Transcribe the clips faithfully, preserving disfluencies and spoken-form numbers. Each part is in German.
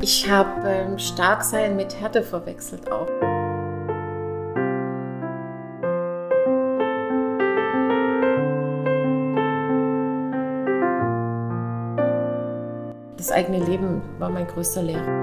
Ich habe ähm, Starksein mit Härte verwechselt auch. Das eigene Leben war mein größter Lehrer.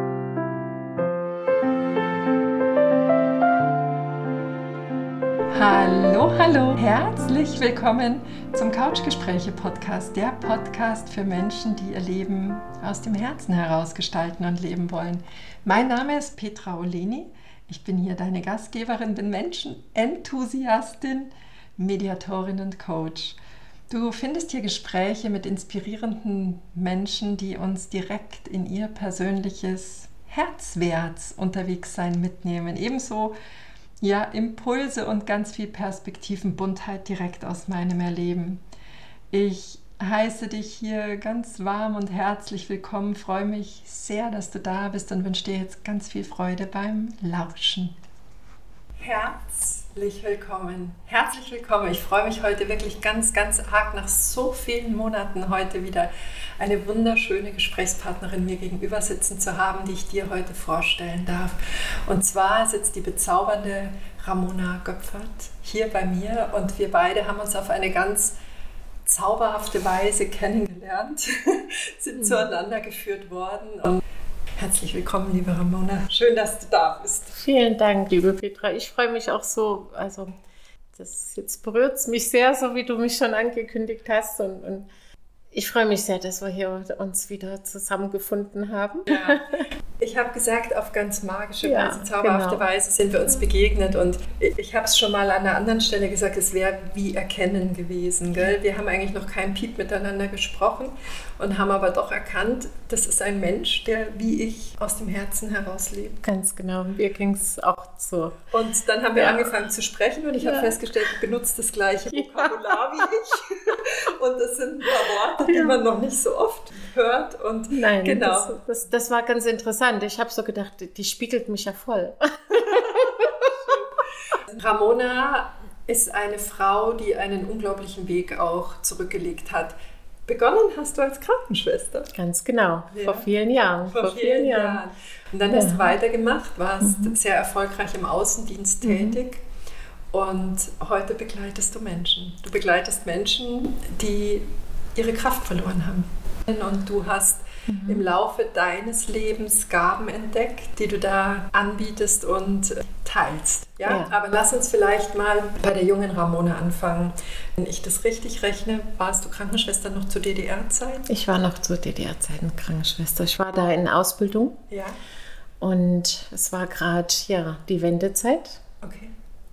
Hallo, hallo, herzlich willkommen zum Couchgespräche-Podcast, der Podcast für Menschen, die ihr Leben aus dem Herzen heraus gestalten und leben wollen. Mein Name ist Petra Oleni, ich bin hier deine Gastgeberin, bin Menschenenthusiastin, Mediatorin und Coach. Du findest hier Gespräche mit inspirierenden Menschen, die uns direkt in ihr persönliches Herzwärts unterwegs sein mitnehmen. Ebenso ja, Impulse und ganz viel Perspektivenbuntheit direkt aus meinem Erleben. Ich heiße dich hier ganz warm und herzlich willkommen, freue mich sehr, dass du da bist und wünsche dir jetzt ganz viel Freude beim Lauschen. Herzlich willkommen, herzlich willkommen. Ich freue mich heute wirklich ganz, ganz arg, nach so vielen Monaten heute wieder eine wunderschöne Gesprächspartnerin mir gegenüber sitzen zu haben, die ich dir heute vorstellen darf. Und zwar sitzt die bezaubernde Ramona Göpfert hier bei mir und wir beide haben uns auf eine ganz zauberhafte Weise kennengelernt, sind mhm. zueinander geführt worden. Und herzlich willkommen, liebe Ramona. Schön, dass du da bist. Vielen Dank, liebe Petra. Ich freue mich auch so, also das jetzt berührt es mich sehr, so wie du mich schon angekündigt hast und, und ich freue mich sehr, dass wir hier uns wieder zusammengefunden haben. Ja. Ich habe gesagt, auf ganz magische ja, Weise, zauberhafte genau. Weise sind wir uns begegnet und ich habe es schon mal an einer anderen Stelle gesagt, es wäre wie Erkennen gewesen. Gell? Wir haben eigentlich noch kein Piep miteinander gesprochen und haben aber doch erkannt, das ist ein Mensch, der wie ich aus dem Herzen heraus lebt. Ganz genau, mir ging es auch so. Und dann haben wir ja. angefangen zu sprechen und ich ja. habe festgestellt, du benutzt das gleiche Vokabular ja. wie ich und das sind ein paar Worte, die ja. man noch nicht so oft hört. Und Nein, genau. das, das, das war ganz interessant. Ich habe so gedacht, die spiegelt mich ja voll. Ramona ist eine Frau, die einen unglaublichen Weg auch zurückgelegt hat. Begonnen hast du als Krankenschwester. Ganz genau, ja. vor vielen Jahren. Vor, vor vielen, vielen Jahren. Jahren. Und dann ja. hast du weitergemacht, warst mhm. sehr erfolgreich im Außendienst tätig. Mhm. Und heute begleitest du Menschen. Du begleitest Menschen, die ihre Kraft verloren haben. Und du hast mhm. im Laufe deines Lebens Gaben entdeckt, die du da anbietest und teilst. Ja? Ja. Aber lass uns vielleicht mal bei der jungen Ramona anfangen. Wenn ich das richtig rechne, warst du Krankenschwester noch zu D D R-Zeiten? Ich war noch zu D D R-Zeiten Krankenschwester. Ich war da in Ausbildung. Ja. Und es war gerade ja, die Wendezeit. Okay.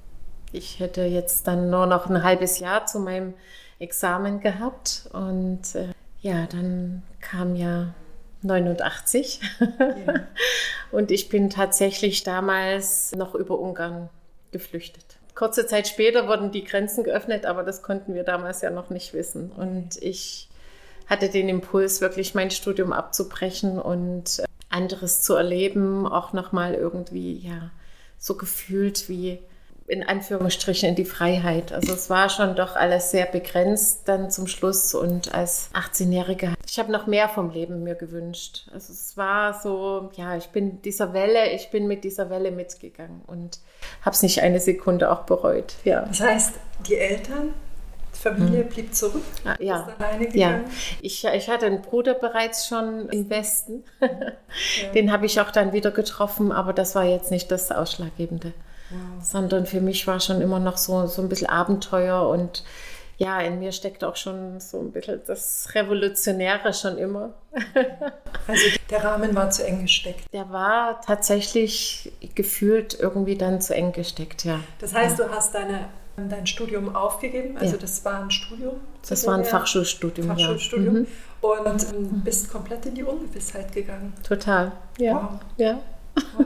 Ich hätte jetzt dann nur noch ein halbes Jahr zu meinem Examen gehabt und äh, ja, dann kam ja neunundachtzig ja. und ich bin tatsächlich damals noch über Ungarn geflüchtet. Kurze Zeit später wurden die Grenzen geöffnet, aber das konnten wir damals ja noch nicht wissen. Und ich hatte den Impuls, wirklich mein Studium abzubrechen und anderes zu erleben, auch nochmal irgendwie ja so gefühlt wie in Anführungsstrichen in die Freiheit. Also es war schon doch alles sehr begrenzt dann zum Schluss und als achtzehnjährige, ich habe noch mehr vom Leben mir gewünscht. Also es war so, ja, ich bin dieser Welle, ich bin mit dieser Welle mitgegangen und habe es nicht eine Sekunde auch bereut. Ja. Das heißt, die Eltern, die Familie hm. blieb zurück? Ah, ja. Bist alleine gegangen? Ja. Ich, ich hatte einen Bruder bereits schon im Westen. Ja. Den habe ich auch dann wieder getroffen, aber das war jetzt nicht das Ausschlaggebende. Wow. Sondern für mich war schon immer noch so, so ein bisschen Abenteuer und ja, in mir steckt auch schon so ein bisschen das Revolutionäre schon immer. Also der Rahmen war zu eng gesteckt? Der war tatsächlich gefühlt irgendwie dann zu eng gesteckt, ja. Das heißt, du hast deine, dein Studium aufgegeben, also ja. das war ein Studium? Das war ein Fachschulstudium, Fachschulstudium ja. Mhm. Und ähm, bist komplett in die Ungewissheit gegangen? Total, ja. Wow. ja. Wow.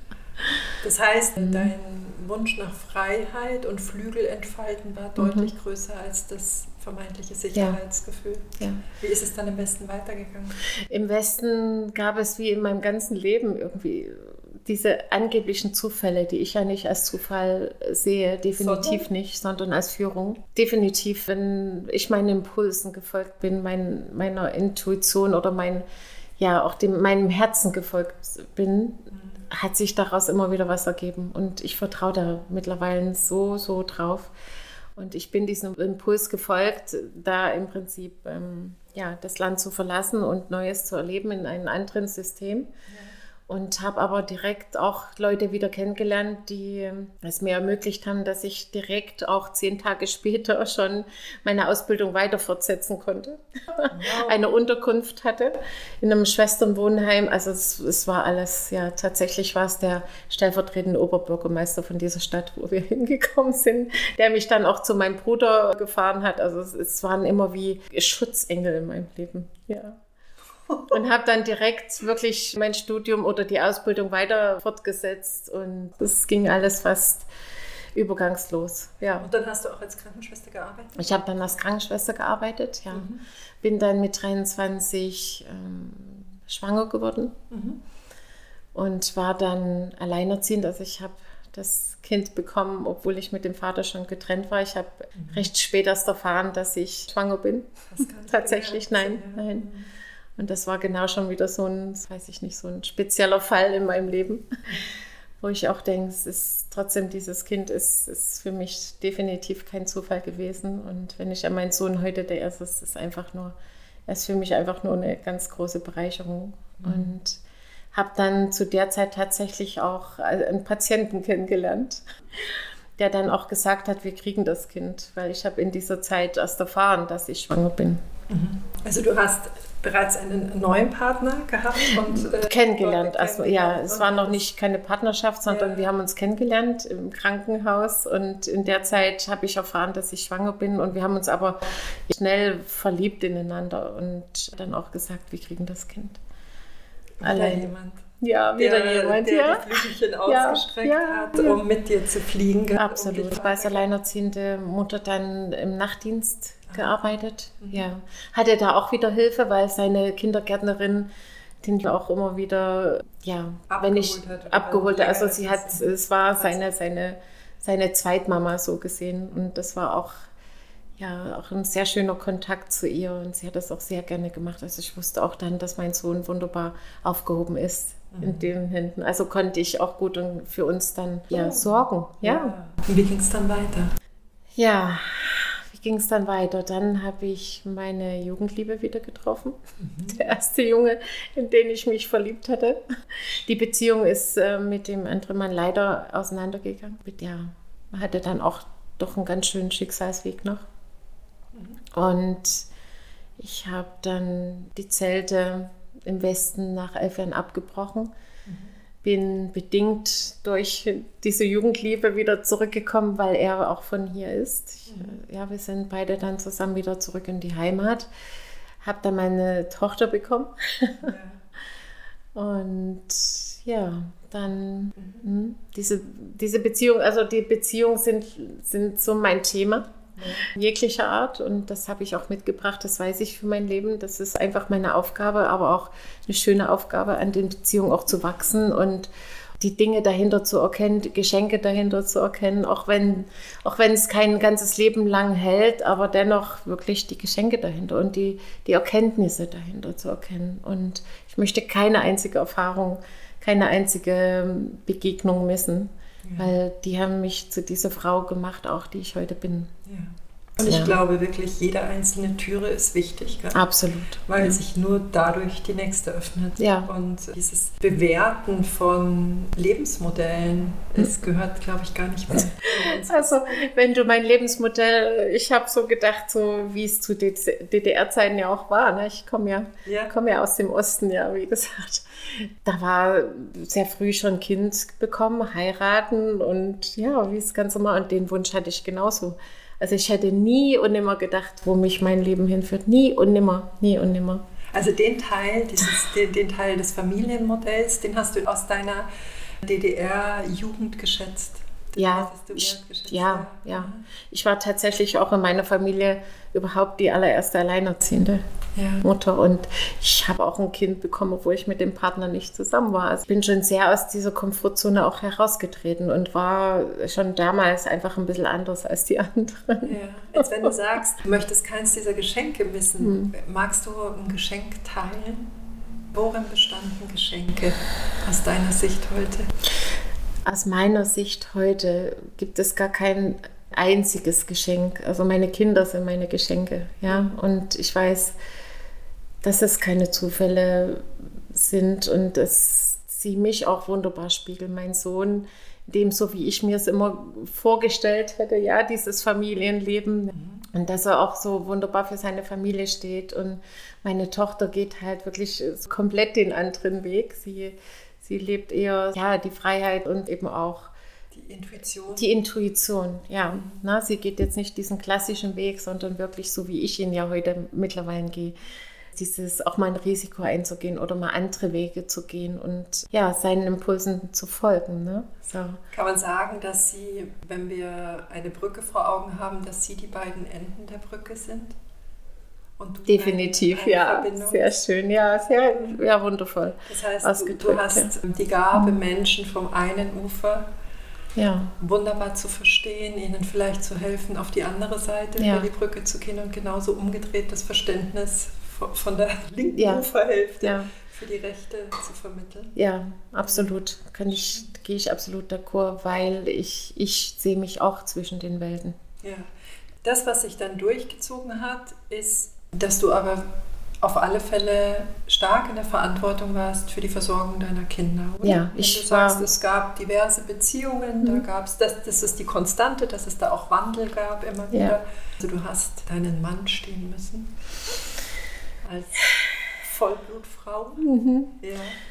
Das heißt, mhm. dein Wunsch nach Freiheit und Flügel entfalten war deutlich mhm. größer als das vermeintliche Sicherheitsgefühl. Ja. Ja. Wie ist es dann im Westen weitergegangen? Im Westen gab es wie in meinem ganzen Leben irgendwie diese angeblichen Zufälle, die ich ja nicht als Zufall sehe, definitiv sondern? nicht, sondern als Führung. Definitiv, wenn ich meinen Impulsen gefolgt bin, mein, meiner Intuition oder mein ja auch dem, meinem Herzen gefolgt bin, hat sich daraus immer wieder was ergeben. Und ich vertraue da mittlerweile so, so drauf. Und ich bin diesem Impuls gefolgt, da im Prinzip ähm, ja, das Land zu verlassen und Neues zu erleben in einem anderen System. Ja. Und habe aber direkt auch Leute wieder kennengelernt, die es mir ermöglicht haben, dass ich direkt auch zehn Tage später schon meine Ausbildung weiter fortsetzen konnte. Wow. Eine Unterkunft hatte in einem Schwesternwohnheim. Also es, es war alles, ja, tatsächlich war es der stellvertretende Oberbürgermeister von dieser Stadt, wo wir hingekommen sind, der mich dann auch zu meinem Bruder gefahren hat. Also es, es waren immer wie Schutzengel in meinem Leben, ja. Und habe dann direkt wirklich mein Studium oder die Ausbildung weiter fortgesetzt und es ging alles fast übergangslos. Ja. Und dann hast du auch als Krankenschwester gearbeitet? Ich habe dann als Krankenschwester gearbeitet, ja. Mhm. Bin dann mit dreiundzwanzig ähm, schwanger geworden mhm. und war dann alleinerziehend. Also ich habe das Kind bekommen, obwohl ich mit dem Vater schon getrennt war. Ich habe mhm. recht spät erst erfahren, dass ich schwanger bin. Tatsächlich, nein, ja. nein. Mhm. Und das war genau schon wieder so ein, weiß ich nicht, so ein spezieller Fall in meinem Leben, wo ich auch denke, es ist trotzdem, dieses Kind ist, ist für mich definitiv kein Zufall gewesen. Und wenn ich an meinen Sohn heute denke, es ist einfach nur, er ist für mich einfach nur eine ganz große Bereicherung. Mhm. Und habe dann zu der Zeit tatsächlich auch einen Patienten kennengelernt, der dann auch gesagt hat, wir kriegen das Kind, weil ich habe in dieser Zeit erst erfahren, dass ich schwanger bin. Also du hast bereits einen neuen Partner gehabt und äh, kennengelernt. Also ja, es war noch nicht keine Partnerschaft, sondern ja. wir haben uns kennengelernt im Krankenhaus und in der Zeit habe ich erfahren, dass ich schwanger bin und wir haben uns aber schnell verliebt ineinander und dann auch gesagt, wir kriegen das Kind. Allein jemand. Ja, wieder der, jemand, der ja. die Flügelchen ausgestreckt ja, hat, ja. um mit dir zu fliegen. Absolut. Ich war als alleinerziehende Mutter dann im Nachtdienst gearbeitet. Mhm. Ja. Hatte da auch wieder Hilfe, weil seine Kindergärtnerin den auch immer wieder, ja, abgeholt wenn ich hat, abgeholt hat. Also sie hat, es war seine, seine, seine Zweitmama so gesehen und das war auch ja, auch ein sehr schöner Kontakt zu ihr und sie hat das auch sehr gerne gemacht. Also ich wusste auch dann, dass mein Sohn wunderbar aufgehoben ist mhm. in den Händen. Also konnte ich auch gut für uns dann ja, sorgen. Ja. Ja. Und wie ging es dann weiter? Ja, wie ging es dann weiter? Dann habe ich meine Jugendliebe wieder getroffen. Mhm. Der erste Junge, in den ich mich verliebt hatte. Die Beziehung ist äh, mit dem anderen Mann leider auseinandergegangen. Ja, man hatte dann auch doch einen ganz schönen Schicksalsweg noch. Und ich habe dann die Zelte im Westen nach elf Jahren abgebrochen, mhm. bin bedingt durch diese Jugendliebe wieder zurückgekommen, weil er auch von hier ist. Ich, mhm. Ja, wir sind beide dann zusammen wieder zurück in die Heimat, habe dann meine Tochter bekommen ja. und ja, dann mhm. mh, diese, diese Beziehung, also die Beziehungen sind, sind so mein Thema. Ja. Jeglicher Art und das habe ich auch mitgebracht, das weiß ich für mein Leben, das ist einfach meine Aufgabe, aber auch eine schöne Aufgabe, an den Beziehungen auch zu wachsen und die Dinge dahinter zu erkennen, die Geschenke dahinter zu erkennen, auch wenn, auch wenn es kein ganzes Leben lang hält, aber dennoch wirklich die Geschenke dahinter und die, die Erkenntnisse dahinter zu erkennen und ich möchte keine einzige Erfahrung, keine einzige Begegnung missen. Ja. Weil die haben mich zu dieser Frau gemacht, auch die ich heute bin. Ja. Und ich ja. glaube wirklich, jede einzelne Türe ist wichtig. Gell? Absolut. Weil ja. sich nur dadurch die nächste öffnet. Ja. Und dieses Bewerten von Lebensmodellen, es gehört, glaube ich, gar nicht mehr. Also, wenn du mein Lebensmodell, ich habe so gedacht, so wie es zu D D R-Zeiten ja auch war. Ne? Ich komme ja, ja. komm ja aus dem Osten, ja, wie gesagt. Da war sehr früh schon Kind bekommen, heiraten und ja, wie es ganz normal. Und den Wunsch hatte ich genauso. Also ich hätte nie und nimmer gedacht, wo mich mein Leben hinführt. Nie und nimmer, nie und nimmer. Also den Teil, dieses, den, den Teil des Familienmodells, den hast du aus deiner D D R-Jugend geschätzt? Ja, ich, ja, ja. Ich war tatsächlich auch in meiner Familie überhaupt die allererste alleinerziehende ja. Mutter. Und ich habe auch ein Kind bekommen, obwohl ich mit dem Partner nicht zusammen war. Also ich bin schon sehr aus dieser Komfortzone auch herausgetreten und war schon damals einfach ein bisschen anders als die anderen. Ja. Jetzt, wenn du sagst, du möchtest keins dieser Geschenke missen, hm. magst du ein Geschenk teilen? Worin bestanden Geschenke aus deiner Sicht heute? Aus meiner Sicht heute gibt es gar kein einziges Geschenk. Also meine Kinder sind meine Geschenke, ja. Und ich weiß, dass es keine Zufälle sind und dass sie mich auch wunderbar spiegeln. Mein Sohn, dem so wie ich mir es immer vorgestellt hätte, ja, dieses Familienleben. Mhm. Und dass er auch so wunderbar für seine Familie steht. Und meine Tochter geht halt wirklich komplett den anderen Weg. Sie, sie lebt eher ja, die Freiheit und eben auch die Intuition. Die Intuition, ja. Mhm. Na, sie geht jetzt nicht diesen klassischen Weg, sondern wirklich so, wie ich ihn ja heute mittlerweile gehe. Dieses auch mal ein Risiko einzugehen oder mal andere Wege zu gehen und ja, seinen Impulsen zu folgen. Ne? So. Kann man sagen, dass Sie, wenn wir eine Brücke vor Augen haben, dass Sie die beiden Enden der Brücke sind? Und du definitiv, eine, eine ja. Verbindung? Sehr schön, ja, sehr ja, wundervoll. Das heißt, du, du hast die Gabe, Menschen vom einen Ufer ja. wunderbar zu verstehen, ihnen vielleicht zu helfen, auf die andere Seite ja. über die Brücke zu gehen und genauso umgedreht das Verständnis von der linken ja. Uferhälfte ja. für die rechte zu vermitteln. Ja, absolut. Kann ich, gehe ich absolut d'accord, weil ich, ich sehe mich auch zwischen den Welten. Ja. Das, was sich dann durchgezogen hat, ist, dass du aber auf alle Fälle stark in der Verantwortung warst für die Versorgung deiner Kinder. Oder? Ja, ich Wenn du sagst, es gab diverse Beziehungen, mhm. da gab es, das, das ist die Konstante, dass es da auch Wandel gab immer wieder. Ja. Also du hast deinen Mann stehen müssen. Als Vollblutfrau? Mhm. Ja,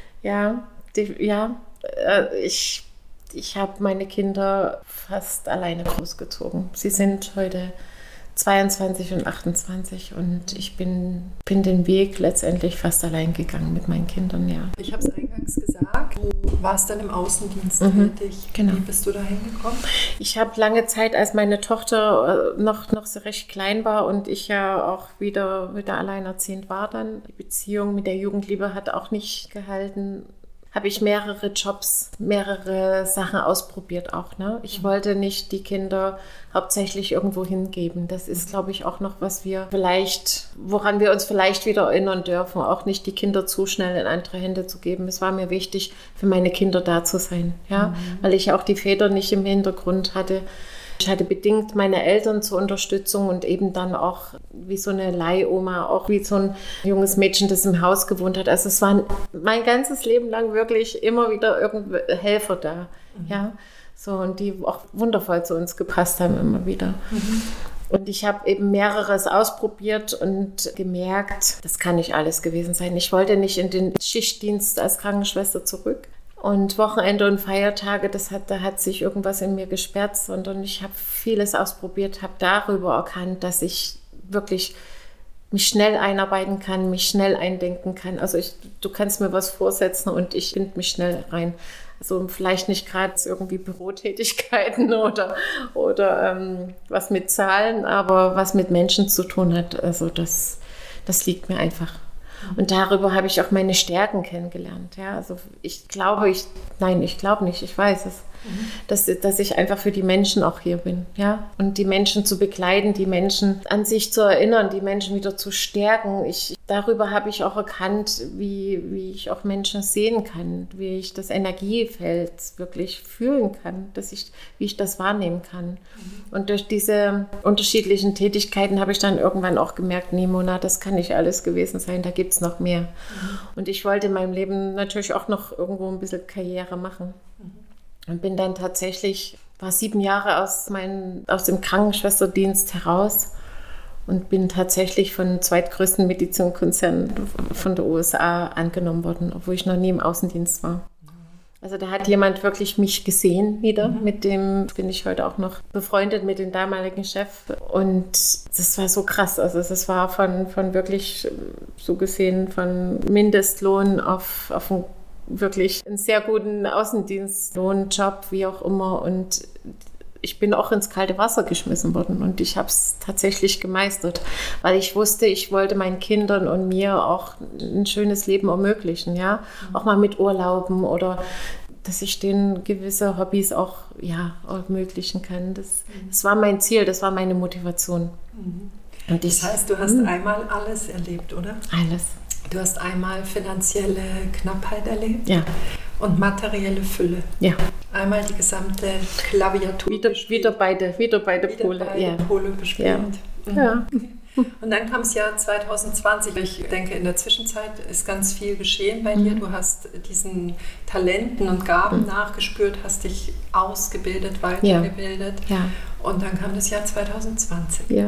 ja, die, ja äh, ich, ich habe meine Kinder fast alleine großgezogen. Sie sind heute zweiundzwanzig und achtundzwanzig und ich bin, bin den Weg letztendlich fast allein gegangen mit meinen Kindern, ja. Ich habe es eingangs gesagt, du warst dann im Außendienst mhm, tätig. Genau. Wie bist du da hingekommen? Ich habe lange Zeit, als meine Tochter noch, noch so recht klein war und ich ja auch wieder, wieder alleinerziehend war dann, die Beziehung mit der Jugendliebe hat auch nicht gehalten, habe ich mehrere Jobs, mehrere Sachen ausprobiert auch. Ne? Ich wollte nicht die Kinder hauptsächlich irgendwo hingeben. Das ist, glaube ich, auch noch, was wir vielleicht, woran wir uns vielleicht wieder erinnern dürfen, auch nicht die Kinder zu schnell in andere Hände zu geben. Es war mir wichtig, für meine Kinder da zu sein, ja? Mhm. Weil ich auch die Väter nicht im Hintergrund hatte. Ich hatte bedingt meine Eltern zur Unterstützung und eben dann auch wie so eine Leihoma, auch wie so ein junges Mädchen, das im Haus gewohnt hat. Also es waren mein ganzes Leben lang wirklich immer wieder irgendwelche Helfer da, mhm. ja, so und die auch wundervoll zu uns gepasst haben immer wieder. Mhm. Und ich habe eben mehreres ausprobiert und gemerkt, das kann nicht alles gewesen sein. Ich wollte nicht in den Schichtdienst als Krankenschwester zurück. Und Wochenende und Feiertage, das hat, da hat sich irgendwas in mir gesperrt, sondern ich habe vieles ausprobiert, habe darüber erkannt, dass ich wirklich mich schnell einarbeiten kann, mich schnell eindenken kann. Also ich, du kannst mir was vorsetzen und ich finde mich schnell rein. Also vielleicht nicht gerade irgendwie Bürotätigkeiten oder, oder ähm, was mit Zahlen, aber was mit Menschen zu tun hat. Also das, das liegt mir einfach. Und darüber habe ich auch meine Stärken kennengelernt. Ja, also ich glaube, ich, nein, ich glaube nicht, ich weiß es, mhm. dass, dass ich einfach für die Menschen auch hier bin. Ja? Und die Menschen zu begleiten, die Menschen an sich zu erinnern, die Menschen wieder zu stärken. Ich, darüber habe ich auch erkannt, wie, wie ich auch Menschen sehen kann, wie ich das Energiefeld wirklich fühlen kann, dass ich, wie ich das wahrnehmen kann. Mhm. Und durch diese unterschiedlichen Tätigkeiten habe ich dann irgendwann auch gemerkt, nee, Mona, das kann nicht alles gewesen sein, da gibt es noch mehr. Mhm. Und ich wollte in meinem Leben natürlich auch noch irgendwo ein bisschen Karriere machen. Mhm. Und bin dann tatsächlich, war sieben Jahre aus, mein, aus dem Krankenschwesterdienst heraus und bin tatsächlich von dem zweitgrößten Medizinkonzern von der U S A angenommen worden, obwohl ich noch nie im Außendienst war. Also da hat jemand wirklich mich gesehen wieder, mhm. mit dem bin ich heute auch noch befreundet, mit dem damaligen Chef. Und das war so krass, also das war von, von wirklich so gesehen von Mindestlohn auf, auf einen wirklich einen sehr guten Außendienstlohnjob, wie auch immer. Und ich bin auch ins kalte Wasser geschmissen worden und ich habe es tatsächlich gemeistert, weil ich wusste, ich wollte meinen Kindern und mir auch ein schönes Leben ermöglichen, ja, mhm. auch mal mit Urlauben oder dass ich denen gewisse Hobbys auch, ja, ermöglichen kann. Das, mhm. das war mein Ziel, das war meine Motivation. Mhm. Und ich, das heißt, du hast mh. einmal alles erlebt, oder? Alles. Du hast einmal finanzielle Knappheit erlebt, ja, und materielle Fülle. Ja. Einmal die gesamte Klaviatur wieder, wieder beide, wieder beide wieder Pole. Beide ja. Pole bespielt. Ja. Mhm. Ja. Okay. Und dann kam das Jahr zwanzig zwanzig. Ich denke, in der Zwischenzeit ist ganz viel geschehen bei dir. Du hast diesen Talenten und Gaben mhm. nachgespürt, hast dich ausgebildet, weitergebildet. Ja. Ja. Und dann kam das Jahr zwanzig zwanzig. Ja.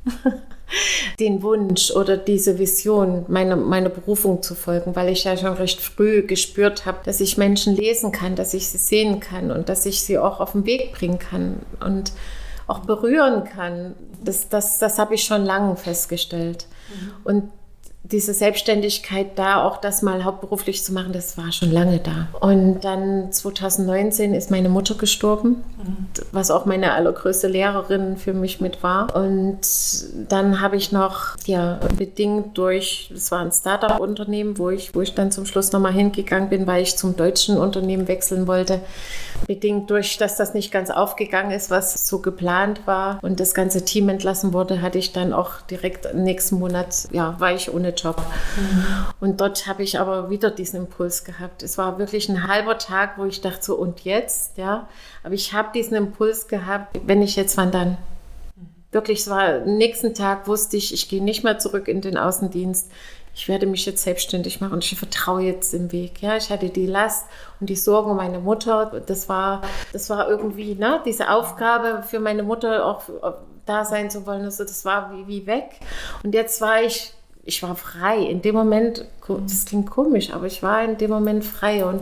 Den Wunsch oder diese Vision, meiner meine Berufung zu folgen, weil ich ja schon recht früh gespürt habe, dass ich Menschen lesen kann, dass ich sie sehen kann und dass ich sie auch auf den Weg bringen kann und auch berühren kann. Das, das, das habe ich schon lange festgestellt. Mhm. Und diese Selbstständigkeit da, auch das mal hauptberuflich zu machen, das war schon lange da. Und dann zwanzig neunzehn ist meine Mutter gestorben, mhm. was auch meine allergrößte Lehrerin für mich mit war. Und dann habe ich noch, ja, bedingt durch, das war ein Start-up-Unternehmen, wo ich, wo ich dann zum Schluss nochmal hingegangen bin, weil ich zum deutschen Unternehmen wechseln wollte. Bedingt durch, dass das nicht ganz aufgegangen ist, was so geplant war und das ganze Team entlassen wurde, hatte ich dann auch direkt im nächsten Monat, ja, war ich ohne Job. Mhm. Und dort habe ich aber wieder diesen Impuls gehabt. Es war wirklich ein halber Tag, wo ich dachte so, und jetzt, ja, aber ich habe diesen Impuls gehabt, wenn ich jetzt, wann dann? Wirklich, es war am nächsten Tag, wusste ich, ich gehe nicht mehr zurück in den Außendienst. Ich werde mich jetzt selbstständig machen und ich vertraue jetzt dem Weg. Ja, ich hatte die Last und die Sorgen um meine Mutter. Das war, das war irgendwie, ne, diese Aufgabe für meine Mutter auch da sein zu wollen. Also das war wie, wie weg. Und jetzt war ich, ich war frei. In dem Moment, das klingt komisch, aber ich war in dem Moment frei und,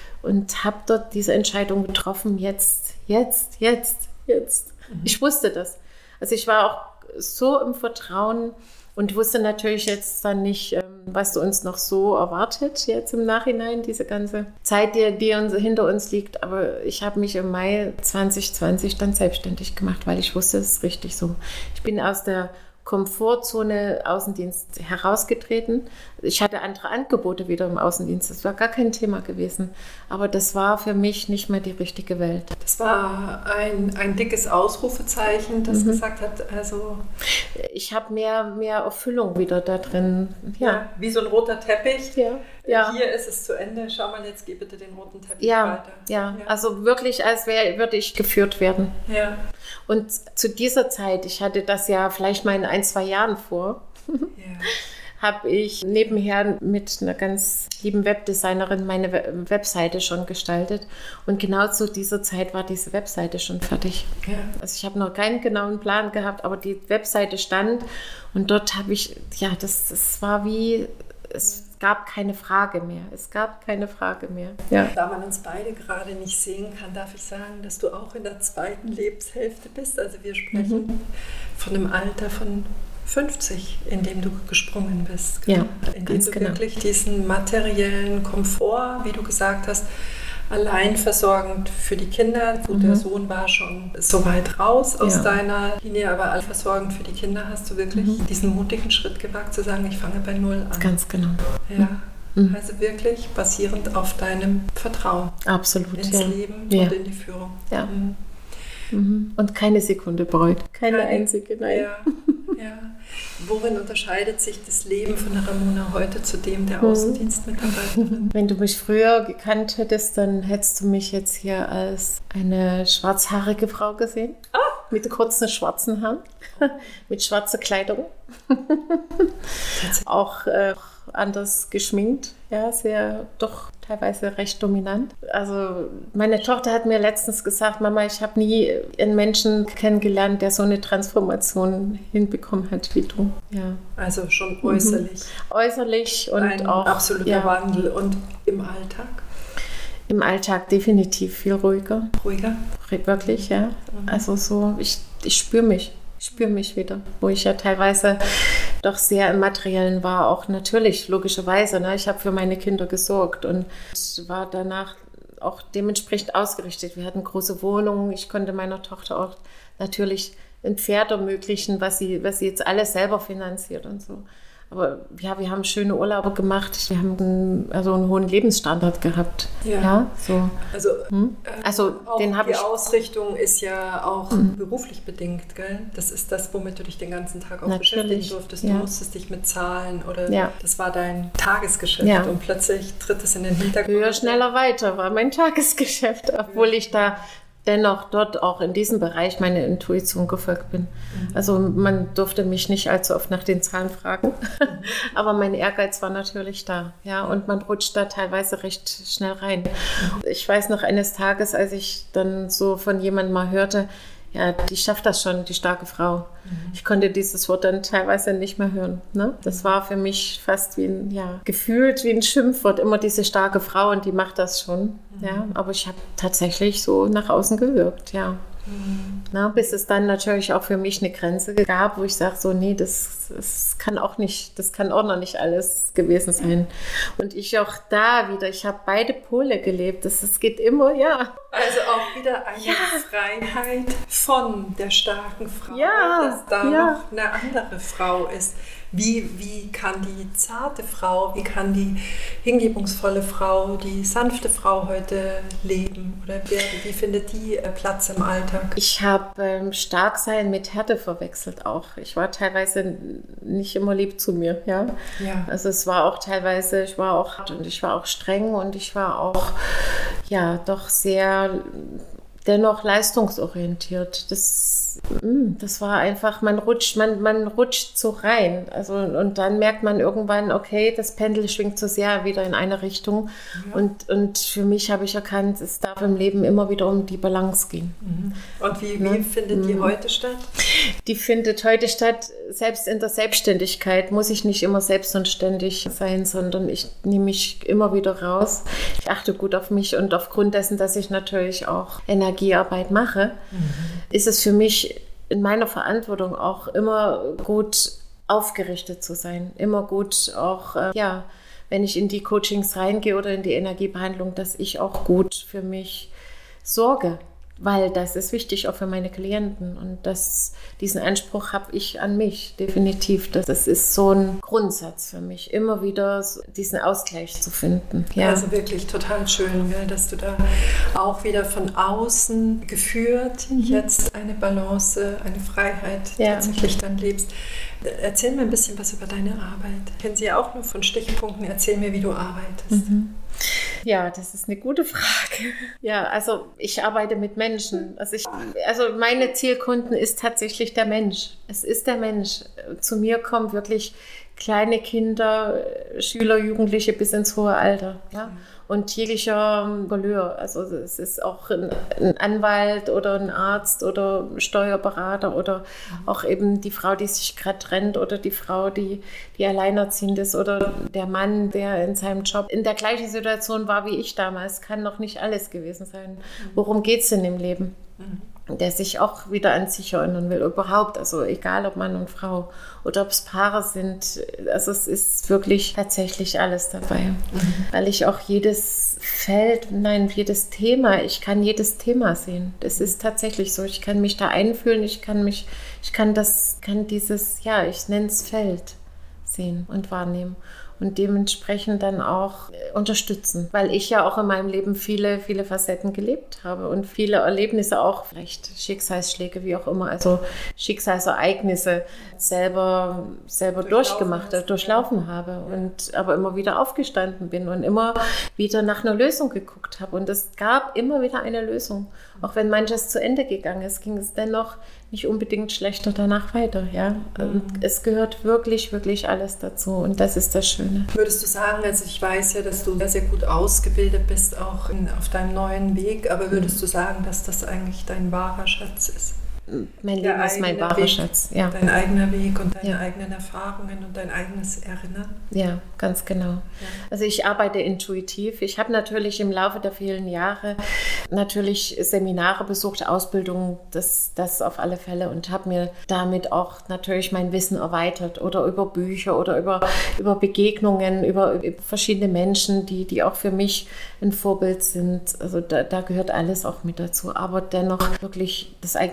und habe dort diese Entscheidung getroffen. Jetzt, jetzt, jetzt, jetzt. Mhm. Ich wusste das. Also ich war auch so im Vertrauen. Und wusste natürlich jetzt dann nicht, was uns noch so erwartet jetzt im Nachhinein, diese ganze Zeit, die, die uns, hinter uns liegt. Aber ich habe mich im Mai zwanzig zwanzig dann selbstständig gemacht, weil ich wusste, es ist richtig so. Ich bin aus der Komfortzone Außendienst herausgetreten. Ich hatte andere Angebote wieder im Außendienst. Das war gar kein Thema gewesen. Aber das war für mich nicht mehr die richtige Welt. Das war ein, ein dickes Ausrufezeichen, das mhm. gesagt hat, also... Ich habe mehr, mehr Erfüllung wieder da drin. Ja. Ja, wie so ein roter Teppich. Ja. Ja. Hier ist es zu Ende. Schau mal, jetzt geh bitte den roten Teppich ja. weiter. Ja. ja, also wirklich, als wär, würde ich geführt werden. Ja. Und zu dieser Zeit, ich hatte das ja vielleicht mal in ein, zwei Jahren vor, ja. habe ich nebenher mit einer ganz lieben Webdesignerin meine Webseite schon gestaltet. Und genau zu dieser Zeit war diese Webseite schon fertig. Ja. Also ich habe noch keinen genauen Plan gehabt, aber die Webseite stand und dort habe ich, ja, das, das war wie, es gab keine Frage mehr. Es gab keine Frage mehr. Ja. Da man uns beide gerade nicht sehen kann, darf ich sagen, dass du auch in der zweiten Lebenshälfte bist. Also wir sprechen mhm. von einem Alter von fünfzig, in dem du gesprungen bist. Ja, in dem du genau. wirklich diesen materiellen Komfort, wie du gesagt hast, allein versorgend für die Kinder. Wo mhm. der Sohn war schon so weit raus aus ja. deiner Linie, aber allversorgend für die Kinder hast du wirklich mhm. diesen mutigen Schritt gewagt, zu sagen, ich fange bei Null an. Ganz genau. Ja. Mhm. Also wirklich basierend auf deinem Vertrauen. Absolut. Ins ja. Leben ja. und in die Führung. Ja. Mhm. Mhm. Und keine Sekunde bereut. Keine, keine einzige, nein. Ja. Ja. Worin unterscheidet sich das Leben von der Ramona heute zu dem der Außendienstmitarbeiterin? Wenn du mich früher gekannt hättest, dann hättest du mich jetzt hier als eine schwarzhaarige Frau gesehen. Ah. Mit kurzen schwarzen Haaren, mit schwarzer Kleidung. Auch äh, anders geschminkt, ja, sehr, doch teilweise recht dominant. Also meine Tochter hat mir letztens gesagt, Mama, ich habe nie einen Menschen kennengelernt, der so eine Transformation hinbekommen hat wie du. Ja. Also schon äußerlich. Mhm. Äußerlich und ein auch absoluter ja. Wandel. Und im Alltag? Im Alltag definitiv viel ruhiger. Ruhiger? Wirklich, ja. Mhm. Also so, ich, ich spüre mich. Ich spüre mich wieder, wo ich ja teilweise doch sehr im Materiellen war, auch natürlich, logischerweise. Ne? Ich habe für meine Kinder gesorgt und war danach auch dementsprechend ausgerichtet. Wir hatten große Wohnungen, ich konnte meiner Tochter auch natürlich ein Pferd ermöglichen, was sie, was sie jetzt alles selber finanziert und so. Aber ja, wir haben schöne Urlaube gemacht. Wir haben einen, also einen hohen Lebensstandard gehabt. Ja, ja so. Also, hm? also auch den habe die ich. Ausrichtung ist ja auch mhm. beruflich bedingt, gell? Das ist das, womit du dich den ganzen Tag auch Natürlich. beschäftigen durftest. Du ja. musstest dich mit Zahlen oder ja. das war dein Tagesgeschäft ja. und plötzlich tritt es in den Hintergrund. Höher, schneller, weiter war mein Tagesgeschäft, obwohl ja. ich da dennoch dort auch in diesem Bereich meiner Intuition gefolgt bin. Mhm. Also man durfte mich nicht allzu oft nach den Zahlen fragen, mhm. aber mein Ehrgeiz war natürlich da. Ja, und man rutscht da teilweise recht schnell rein. Mhm. Ich weiß noch eines Tages, als ich dann so von jemandem mal hörte, ja, die schafft das schon, die starke Frau. Mhm. Ich konnte dieses Wort dann teilweise nicht mehr hören. Ne? Das war für mich fast wie ein, ja, gefühlt wie ein Schimpfwort, immer diese starke Frau und die macht das schon. Mhm. Ja? Aber ich habe tatsächlich so nach außen gewirkt, ja. Mhm. Na, bis es dann natürlich auch für mich eine Grenze gab, wo ich sage, so, nee, das, das kann auch nicht, das kann auch noch nicht alles gewesen sein. Und ich auch da wieder, ich habe beide Pole gelebt. Das, das geht immer, ja. Also auch wieder eine ja. Freiheit von der starken Frau, ja. dass da ja. noch eine andere Frau ist. Wie, wie kann die zarte Frau, wie kann die hingebungsvolle Frau, die sanfte Frau heute leben? Oder wie, wie findet die Platz im Alltag? Ich habe ähm, Starksein mit Härte verwechselt auch. Ich war teilweise nicht immer lieb zu mir. Ja? Ja. Also es war auch teilweise, ich war auch hart und ich war auch streng und ich war auch ja doch sehr dennoch leistungsorientiert. Das, das war einfach, man rutscht, man, man rutscht so rein. Also, und dann merkt man irgendwann, okay, das Pendel schwingt so sehr wieder in eine Richtung. Ja. Und, und für mich habe ich erkannt, es darf im Leben immer wieder um die Balance gehen. Und wie, wie ja. findet die heute statt? Die findet heute statt, selbst in der Selbstständigkeit muss ich nicht immer selbstständig sein, sondern ich nehme mich immer wieder raus. Ich achte gut auf mich und aufgrund dessen, dass ich natürlich auch Energiearbeit mache, mhm. ist es für mich in meiner Verantwortung auch immer gut aufgerichtet zu sein. Immer gut auch, äh, ja, wenn ich in die Coachings reingehe oder in die Energiebehandlung, dass ich auch gut für mich sorge. Weil das ist wichtig auch für meine Klienten und das, diesen Anspruch habe ich an mich, definitiv. Das, das ist so ein Grundsatz für mich, immer wieder diesen Ausgleich zu finden. Ja. Also wirklich total schön, dass du da auch wieder von außen geführt mhm. jetzt eine Balance, eine Freiheit ja. tatsächlich dann lebst. Erzähl mir ein bisschen was über deine Arbeit. Ich kenne sie ja auch nur von Stichpunkten. Erzähl mir, wie du arbeitest. Mhm. Ja, das ist eine gute Frage. Ja, also ich arbeite mit Menschen. Also, ich, also meine Zielkunden ist tatsächlich der Mensch. Es ist der Mensch. Zu mir kommen wirklich kleine Kinder, Schüler, Jugendliche bis ins hohe Alter. Ja? Und jeglicher Couleur. Also es ist auch ein, ein Anwalt oder ein Arzt oder ein Steuerberater oder auch eben die Frau, die sich gerade trennt oder die Frau, die, die alleinerziehend ist oder der Mann, der in seinem Job in der gleichen Situation war wie ich damals. Kann noch nicht alles gewesen sein. Worum geht es denn im Leben? Der sich auch wieder an sich erinnern will, überhaupt, also egal ob Mann und Frau oder ob es Paare sind, also es ist wirklich tatsächlich alles dabei, mhm. weil ich auch jedes Feld, nein, jedes Thema, ich kann jedes Thema sehen, das ist tatsächlich so, ich kann mich da einfühlen, ich kann mich, ich kann das, kann dieses, ja, ich nenne es Feld sehen und wahrnehmen. Und dementsprechend dann auch unterstützen, weil ich ja auch in meinem Leben viele, viele Facetten gelebt habe und viele Erlebnisse auch, vielleicht Schicksalsschläge, wie auch immer, also Schicksalsereignisse selber, selber durchgemacht, hast, durchlaufen ja. habe und aber immer wieder aufgestanden bin und immer wieder nach einer Lösung geguckt habe. Und es gab immer wieder eine Lösung. Auch wenn manches zu Ende gegangen ist, ging es dennoch nicht unbedingt schlechter danach weiter. Ja? Mhm. Es gehört wirklich, wirklich alles dazu und das ist das Schöne. Würdest du sagen, also ich weiß ja, dass du sehr, sehr gut ausgebildet bist, auch in, auf deinem neuen Weg, aber würdest mhm. du sagen, dass das eigentlich dein wahrer Schatz ist? Mein Leben ist mein wahrer Schatz. Ja. Dein eigener Weg und deine ja. eigenen Erfahrungen und dein eigenes Erinnern. Ja, ganz genau. Ja. Also ich arbeite intuitiv. Ich habe natürlich im Laufe der vielen Jahre natürlich Seminare besucht, Ausbildungen, das, das auf alle Fälle und habe mir damit auch natürlich mein Wissen erweitert oder über Bücher oder über, über Begegnungen, über, über verschiedene Menschen, die, die auch für mich ein Vorbild sind. Also da, da gehört alles auch mit dazu. Aber dennoch wirklich das eigene Leben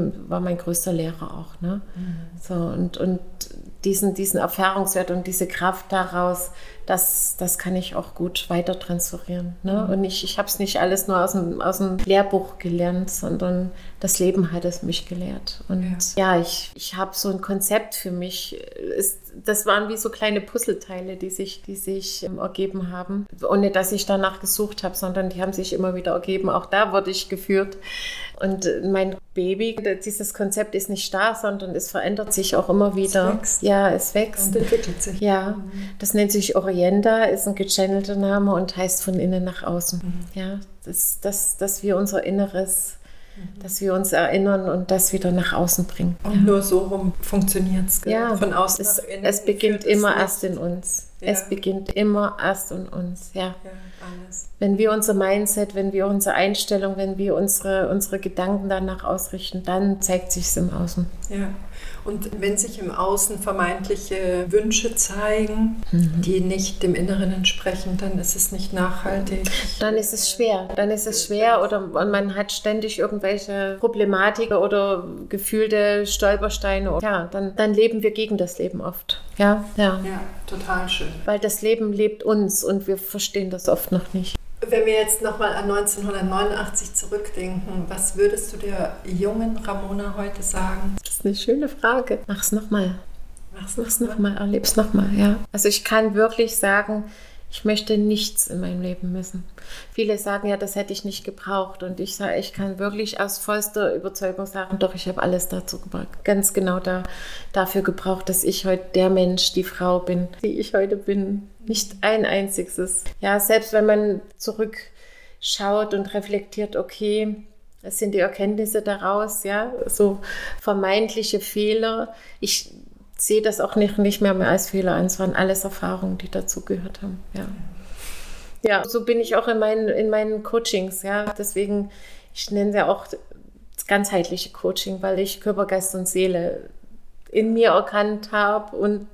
Leben war mein größter Lehrer auch. Ne? Mhm. So, und, und diesen, diesen Erfahrungswert und diese Kraft daraus, das, das kann ich auch gut weiter transferieren. Ne? Mhm. Und ich, ich habe es nicht alles nur aus dem, aus dem Lehrbuch gelernt, sondern das Leben hat es mich gelehrt. Und ja, ja ich, ich habe so ein Konzept für mich. Es, das waren wie so kleine Puzzleteile, die sich, die sich ähm, ergeben haben, ohne dass ich danach gesucht habe, sondern die haben sich immer wieder ergeben. Auch da wurde ich geführt. Und mein Baby, dieses Konzept ist nicht da, sondern es verändert sich auch immer wieder. Es wächst. Ja, es wächst. Und entwickelt sich. Ja, das nennt sich Orienta, ist ein gechannelter Name und heißt von innen nach außen. Mhm. Ja, das, das, dass wir unser Inneres, mhm. dass wir uns erinnern und das wieder nach außen bringen. Und ja. nur so rum funktioniert es. Ja, von außen es, nach innen. Es beginnt immer erst in uns. Ja. Es beginnt immer erst in uns, ja. ja alles. Wenn wir unser Mindset, wenn wir unsere Einstellung, wenn wir unsere, unsere Gedanken danach ausrichten, dann zeigt sich es im Außen. Ja. Und wenn sich im Außen vermeintliche Wünsche zeigen, mhm. die nicht dem Inneren entsprechen, dann ist es nicht nachhaltig. Dann ist es schwer. Dann ist es schwer oder und man hat ständig irgendwelche Problematiken oder gefühlte Stolpersteine. Ja, dann, dann leben wir gegen das Leben oft. Ja, ja. Ja, total schön. Weil das Leben lebt uns und wir verstehen das oft noch nicht. Wenn wir jetzt nochmal an neunzehnhundertneunundachtzig zurückdenken, was würdest du der jungen Ramona heute sagen? Das ist eine schöne Frage. Mach's nochmal. Mach's, Mach's nochmal, noch erleb's nochmal, ja. Also ich kann wirklich sagen, ich möchte nichts in meinem Leben missen. Viele sagen ja, das hätte ich nicht gebraucht. Und ich sage, ich kann wirklich aus vollster Überzeugung sagen, doch, ich habe alles dazu gebraucht. Ganz genau da, dafür gebraucht, dass ich heute der Mensch, die Frau bin, die ich heute bin. Nicht ein einziges. Ja, selbst wenn man zurückschaut und reflektiert, okay, das sind die Erkenntnisse daraus, ja, so vermeintliche Fehler. Ich sehe das auch nicht, nicht mehr, mehr als Fehler an. Es waren alles Erfahrungen, die dazu gehört haben. Ja, ja, so bin ich auch in meinen, in meinen Coachings. Ja, deswegen, ich nenne es ja auch das ganzheitliche Coaching, weil ich Körper, Geist und Seele in mir erkannt habe und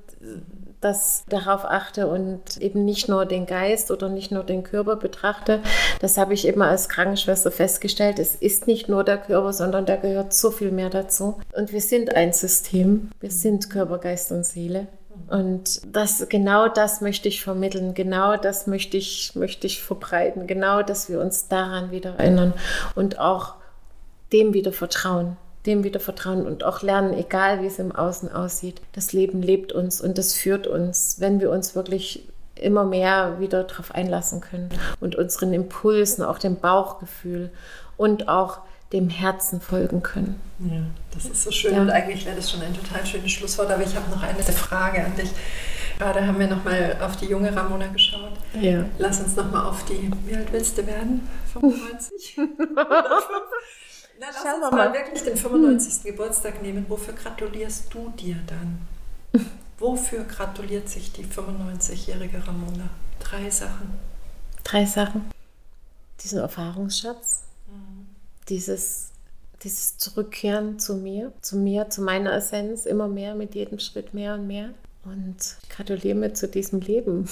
das darauf achte und eben nicht nur den Geist oder nicht nur den Körper betrachte. Das habe ich immer als Krankenschwester festgestellt. Es ist nicht nur der Körper, sondern da gehört so viel mehr dazu. Und wir sind ein System. Wir sind Körper, Geist und Seele. Und das, genau das möchte ich vermitteln. Genau das möchte ich, möchte ich verbreiten. Genau, dass wir uns daran wieder erinnern und auch dem wieder vertrauen. dem wieder vertrauen und auch lernen, egal wie es im Außen aussieht. Das Leben lebt uns und das führt uns, wenn wir uns wirklich immer mehr wieder darauf einlassen können und unseren Impulsen, auch dem Bauchgefühl und auch dem Herzen folgen können. Ja, das ist so schön ja. Und eigentlich wäre das schon ein total schönes Schlusswort, aber ich habe noch eine Frage an dich. Gerade haben wir nochmal auf die junge Ramona geschaut. Ja. Lass uns nochmal auf die, wie alt willst du werden? fünfundneunzig? Na, lass Schauen uns mal, mal wirklich den fünfundneunzigsten Hm. Geburtstag nehmen. Wofür gratulierst du dir dann? Wofür gratuliert sich die fünfundneunzigjährige Ramona? Drei Sachen. Drei Sachen. Diesen Erfahrungsschatz, Mhm. dieses, dieses Zurückkehren zu mir, zu mir, zu meiner Essenz, immer mehr, mit jedem Schritt mehr und mehr. Und ich gratuliere mir zu diesem Leben.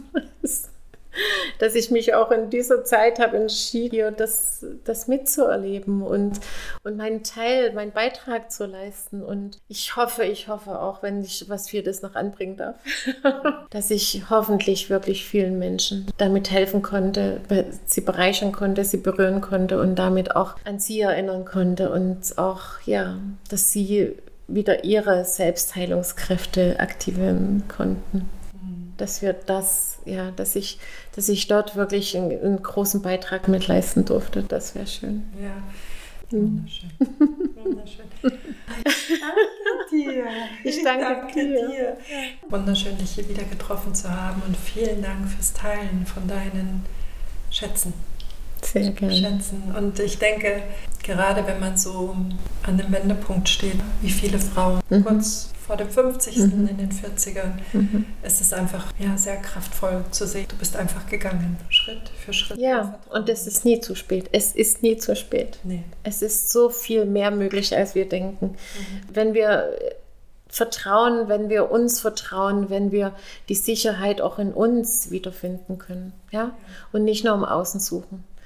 Dass ich mich auch in dieser Zeit habe entschieden, das, das mitzuerleben und, und meinen Teil, meinen Beitrag zu leisten. Und ich hoffe, ich hoffe auch, wenn ich was Viertes noch anbringen darf, dass ich hoffentlich wirklich vielen Menschen damit helfen konnte, sie bereichern konnte, sie berühren konnte und damit auch an sie erinnern konnte und auch, ja, dass sie wieder ihre Selbstheilungskräfte aktivieren konnten. Dass wir das, ja, dass ich, dass ich dort wirklich einen, einen großen Beitrag mit leisten durfte. Das wäre schön. Ja, wunderschön. Wunderschön. Ich danke dir. Ich danke, ich danke dir. dir. Wunderschön, dich hier wieder getroffen zu haben und vielen Dank fürs Teilen von deinen Schätzen. Sehr gerne. Schätzen. Und ich denke, gerade wenn man so an dem Wendepunkt steht, wie viele Frauen mhm. kurz vor dem fünfzigsten Mhm. in den vierzigern, mhm. ist es einfach ja, sehr kraftvoll zu sehen. Du bist einfach gegangen, Schritt für Schritt. Ja, und es ist nie zu spät. Es ist nie zu spät. Nee. Es ist so viel mehr möglich, als wir denken. Mhm. Wenn wir vertrauen, wenn wir uns vertrauen, wenn wir die Sicherheit auch in uns wiederfinden können. Ja? Und nicht nur im Außen suchen.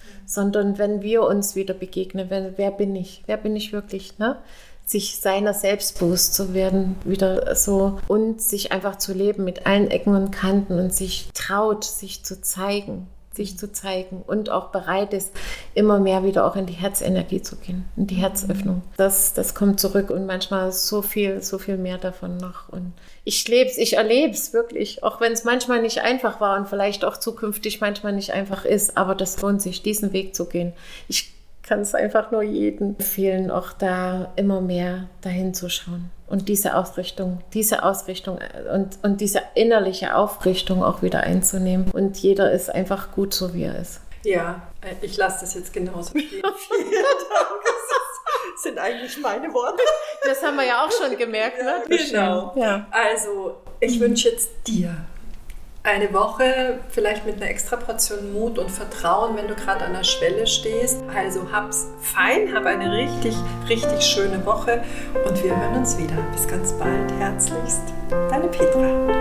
sondern wenn wir uns wieder begegnen, wenn, wer bin ich, wer bin ich wirklich, ne? Sich seiner selbst bewusst zu werden, wieder so, und sich einfach zu leben mit allen Ecken und Kanten und sich traut, sich zu zeigen, sich zu zeigen und auch bereit ist, immer mehr wieder auch in die Herzenergie zu gehen, in die Herzöffnung. Das, das kommt zurück und manchmal so viel, so viel mehr davon noch. Und ich lebe es, ich erlebe es wirklich, auch wenn es manchmal nicht einfach war und vielleicht auch zukünftig manchmal nicht einfach ist, aber das lohnt sich, diesen Weg zu gehen. Ich kann es einfach nur jedem empfehlen, auch da immer mehr dahin zu schauen und diese Ausrichtung, diese Ausrichtung und, und diese innerliche Aufrichtung auch wieder einzunehmen. Und jeder ist einfach gut so, wie er ist. Ja, ich lasse das jetzt genauso stehen. Vielen Dank. Das sind eigentlich meine Worte. Das haben wir ja auch schon gemerkt, ne? Genau. Ja. Also, ich wünsche jetzt dir eine Woche, vielleicht mit einer extra Portion Mut und Vertrauen, wenn du gerade an der Schwelle stehst. Also hab's fein, hab eine richtig, richtig schöne Woche und wir hören uns wieder. Bis ganz bald. Herzlichst, deine Petra.